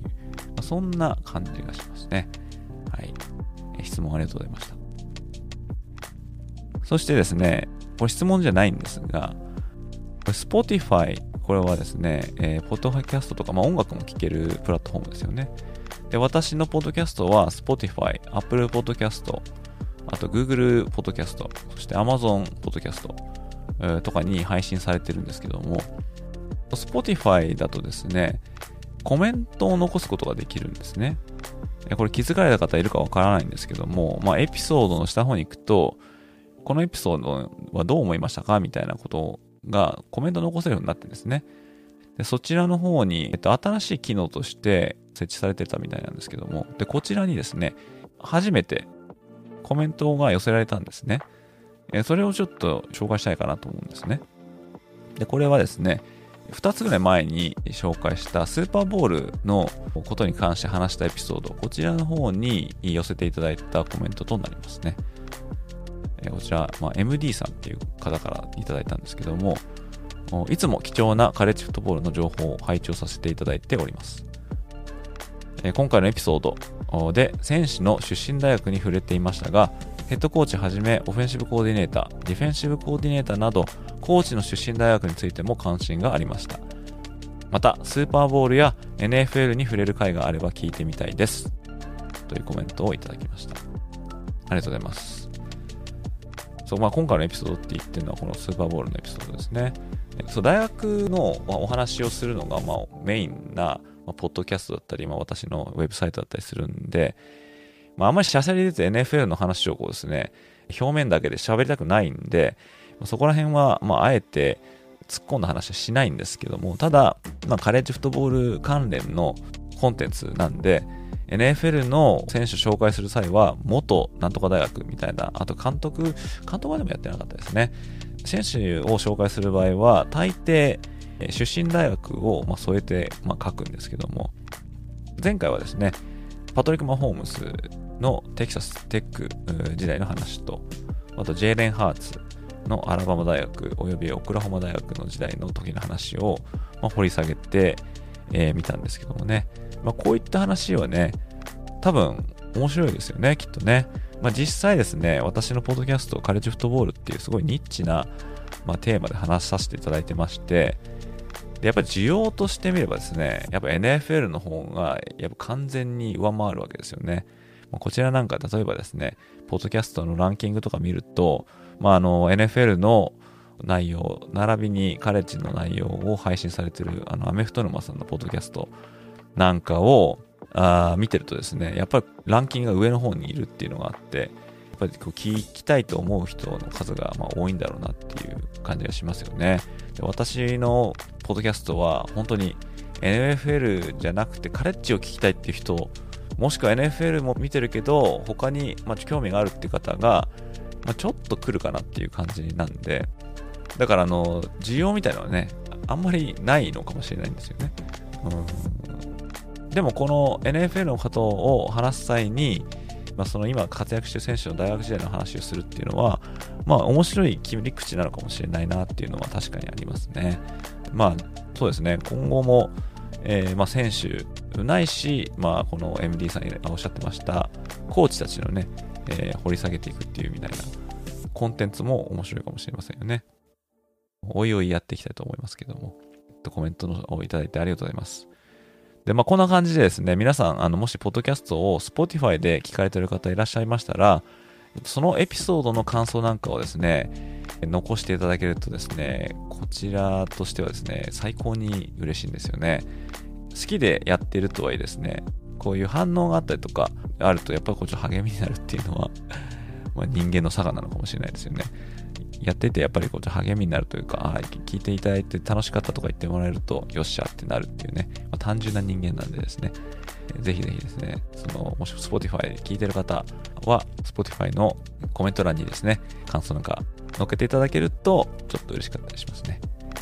そんな感じがしますね。はい。質問ありがとうございました。そしてですね、これ質問じゃないんですが、Spotify、これはですね、ポッドキャストとか、音楽も聴けるプラットフォームですよね。で、私のポッドキャストは Spotify、Apple Podcast、あと Google Podcast、そして Amazon Podcast、とかに配信されてるんですけども、Spotify だとですね、コメントを残すことができるんですね。 これ気づかれた方いるかわからないんですけども、エピソードの下の方に行くと、このエピソードはどう思いましたかみたいなことがコメント残せるようになってるんですね。でそちらの方に、新しい機能として設置されてたみたいなんですけども、でこちらにですね、初めてコメントが寄せられたんですね。それをちょっと紹介したいかなと思うんですね。でこれはですね、2つぐらい前に紹介したスーパーボールのことに関して話したエピソード、こちらの方に寄せていただいたコメントとなりますね。こちら、MD さんっていう方からいただいたんですけども、いつも貴重なカレッジフットボールの情報を配置をさせていただいております。今回のエピソードで選手の出身大学に触れていましたが、ヘッドコーチはじめオフェンシブコーディネーター、ディフェンシブコーディネーターなどコーチの出身大学についても関心がありました。またスーパーボールや NFL に触れる回があれば聞いてみたいですというコメントをいただきました。ありがとうございます。今回のエピソードって言ってるのはこのスーパーボールのエピソードですね。大学のお話をするのがメインなポッドキャストだったり、私のウェブサイトだったりするんで、あんまりしゃしゃり出て NFL の話をですね、表面だけで喋りたくないんで、そこら辺はあえて突っ込んだ話はしないんですけども、ただ、カレッジフットボール関連のコンテンツなんで、NFL の選手を紹介する際は元なんとか大学みたいな、あと監督はでもやってなかったですね。選手を紹介する場合は大抵出身大学を添えて書くんですけども、前回はですね、パトリック・マホームスのテキサステック時代の話と、あとジェイレン・ハーツのアラバマ大学およびオクラホマ大学の時代の時の話を掘り下げてみたんですけどもね、こういった話はね、多分面白いですよね、きっとね。実際ですね、私のポッドキャストカレッジフットボールっていうすごいニッチな、テーマで話させていただいてまして、でやっぱり需要としてみればですね、やっぱ NFL の方がやっぱ完全に上回るわけですよね。こちらなんか例えばですね、ポッドキャストのランキングとか見ると、NFL の内容並びにカレッジの内容を配信されているアメフト沼さんのポッドキャストなんかを見てるとですね、やっぱりランキングが上の方にいるっていうのがあって、やっぱり聞きたいと思う人の数が多いんだろうなっていう感じがしますよね。で私のポッドキャストは本当に NFL じゃなくてカレッジを聞きたいっていう人、もしくは NFL も見てるけど他に興味があるっていう方がちょっと来るかなっていう感じなんで、だから需要みたいなのはね、あんまりないのかもしれないんですよね。でもこの NFL の方を話す際に、その今活躍している選手の大学時代の話をするっていうのは、面白い切り口なのかもしれないなっていうのは確かにありますね。そうですね、今後も、選手ないし、この MD さんにおっしゃってましたコーチたちのね、掘り下げていくっていうみたいなコンテンツも面白いかもしれませんよね。おいおいやっていきたいと思いますけども、コメントをいただいてありがとうございます。で、こんな感じでですね、皆さん、もしポッドキャストを Spotify で聞かれている方いらっしゃいましたら、そのエピソードの感想なんかをですね、残していただけるとですね、こちらとしてはですね、最高に嬉しいんですよね。好きでやってるとはいえですね、こういう反応があったりとかあると、やっぱりちょっと励みになるっていうのは、人間の差がなのかもしれないですよね。やっててやっぱりちょっと励みになるというか、聞いていただいて楽しかったとか言ってもらえるとよっしゃってなるっていうね、単純な人間なんでですね、ぜひぜひですね、もし Spotify で聞いてる方は Spotify のコメント欄にですね、感想なんか載っけていただけるとちょっと嬉しかったりしますね。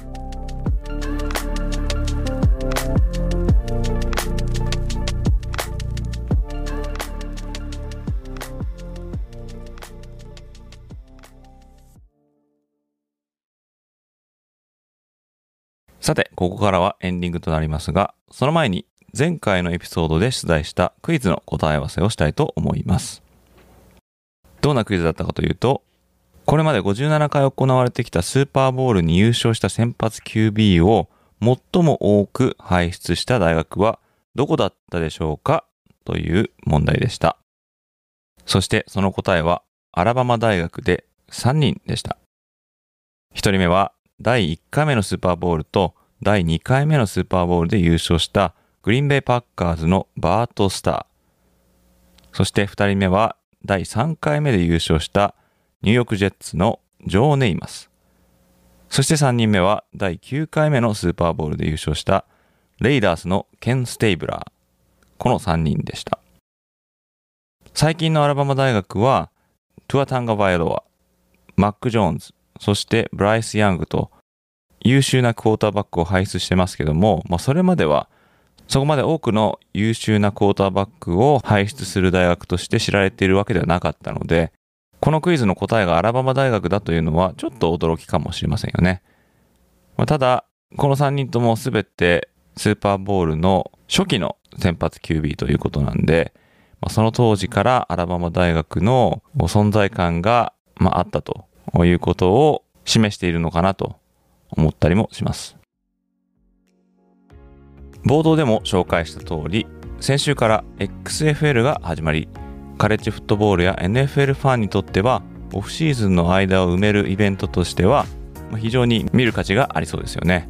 さて、ここからはエンディングとなりますが、その前に前回のエピソードで出題したクイズの答え合わせをしたいと思います。どんなクイズだったかというと、これまで57回行われてきたスーパーボールに優勝した先発 QB を最も多く輩出した大学はどこだったでしょうかという問題でした。そしてその答えはアラバマ大学で3人でした。1人目は第1回目のスーパーボールと第2回目のスーパーボールで優勝したグリーンベイパッカーズのバート・スター。 そして2人目は第3回目で優勝したニューヨークジェッツのジョー・ネイマス。そして3人目は第9回目のスーパーボウルで優勝したレイダースのケン・ステイブラー。この3人でした。最近のアラバマ大学はトゥアタンガ・バイロア、マック・ジョーンズ、そしてブライス・ヤングと優秀なクォーターバックを輩出してますけども、それまではそこまで多くの優秀なクォーターバックを輩出する大学として知られているわけではなかったので、このクイズの答えがアラバマ大学だというのはちょっと驚きかもしれませんよね。ただ、この3人とも全てスーパーボウルの初期の先発 QB ということなんで、その当時からアラバマ大学の存在感があったということを示しているのかなと思ったりもします。冒頭でも紹介した通り、先週から XFL が始まり、カレッジフットボールや NFL ファンにとってはオフシーズンの間を埋めるイベントとしては非常に見る価値がありそうですよね。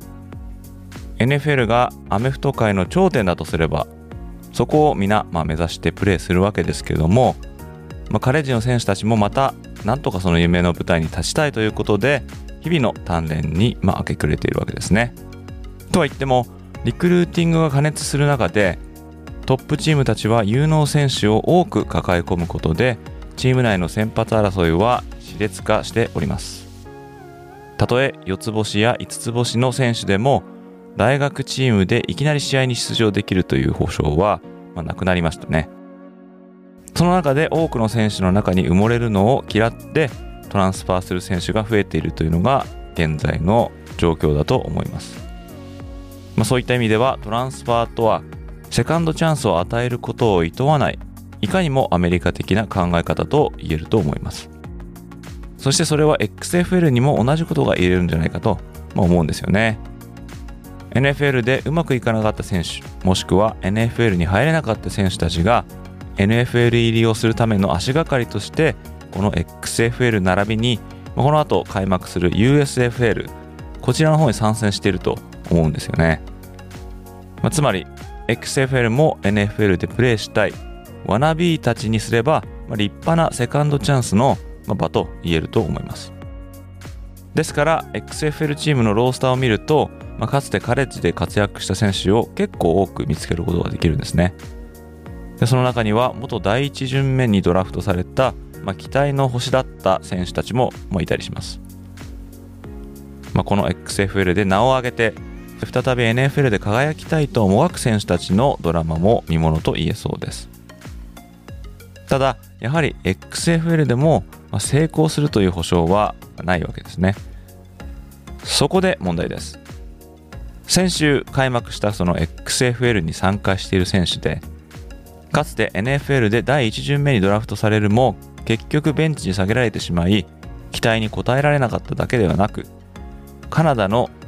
NFL がアメフト界の頂点だとすれば、そこを皆目指してプレーするわけですけれども、カレッジの選手たちもまたなんとかその夢の舞台に立ちたいということで日々の鍛錬に明け暮れているわけですね。とは言ってもリクルーティングが過熱する中で、トップチームたちは有能選手を多く抱え込むことでチーム内の先発争いは熾烈化しております。たとえ4つ星や5つ星の選手でも大学チームでいきなり試合に出場できるという保証はなくなりましたね。その中で多くの選手の中に埋もれるのを嫌ってトランスファーする選手が増えているというのが現在の状況だと思います。そういった意味ではトランスファーとはセカンドチャンスを与えることを厭わない、いかにもアメリカ的な考え方と言えると思います。そしてそれは XFL にも同じことが言えるんじゃないかと思うんですよね。NFL でうまくいかなかった選手、もしくは NFL に入れなかった選手たちが NFL 入りをするための足がかりとしてこの XFL 並びにこの後開幕する USFL、 こちらの方に参戦していると思うんですよね。つまり XFL も NFL でプレーしたいワナビーたちにすれば立派なセカンドチャンスの場と言えると思います。ですから XFL チームのロースターを見ると、かつてカレッジで活躍した選手を結構多く見つけることができるんですね。でその中には元第一巡目にドラフトされた、期待の星だった選手たちもいたりします。この XFL で名を挙げて再び NFL で輝きたいともがく選手たちのドラマも見ものと言えそうです。ただやはり XFL でも成功するという保証はないわけですね。そこで問題です。先週開幕したその XFL に参加している選手で、かつて NFL で第一巡目にドラフトされるも結局ベンチに下げられてしまい期待に応えられなかっただけではなく、カナダの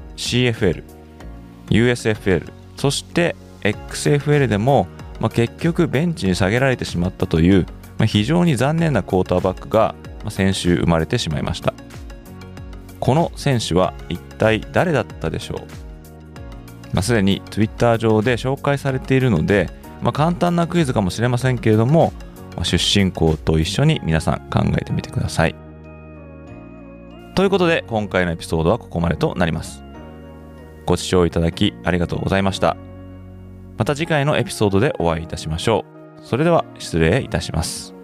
CFL、USFL、そして XFL でも、結局ベンチに下げられてしまったという、非常に残念なクォーターバックが、先週生まれてしまいました。この選手は一体誰だったでしょう。すでに Twitter 上で紹介されているので、簡単なクイズかもしれませんけれども、出身校と一緒に皆さん考えてみてください。ということで今回のエピソードはここまでとなります。ご視聴いただきありがとうございました。また次回のエピソードでお会いいたしましょう。それでは失礼いたします。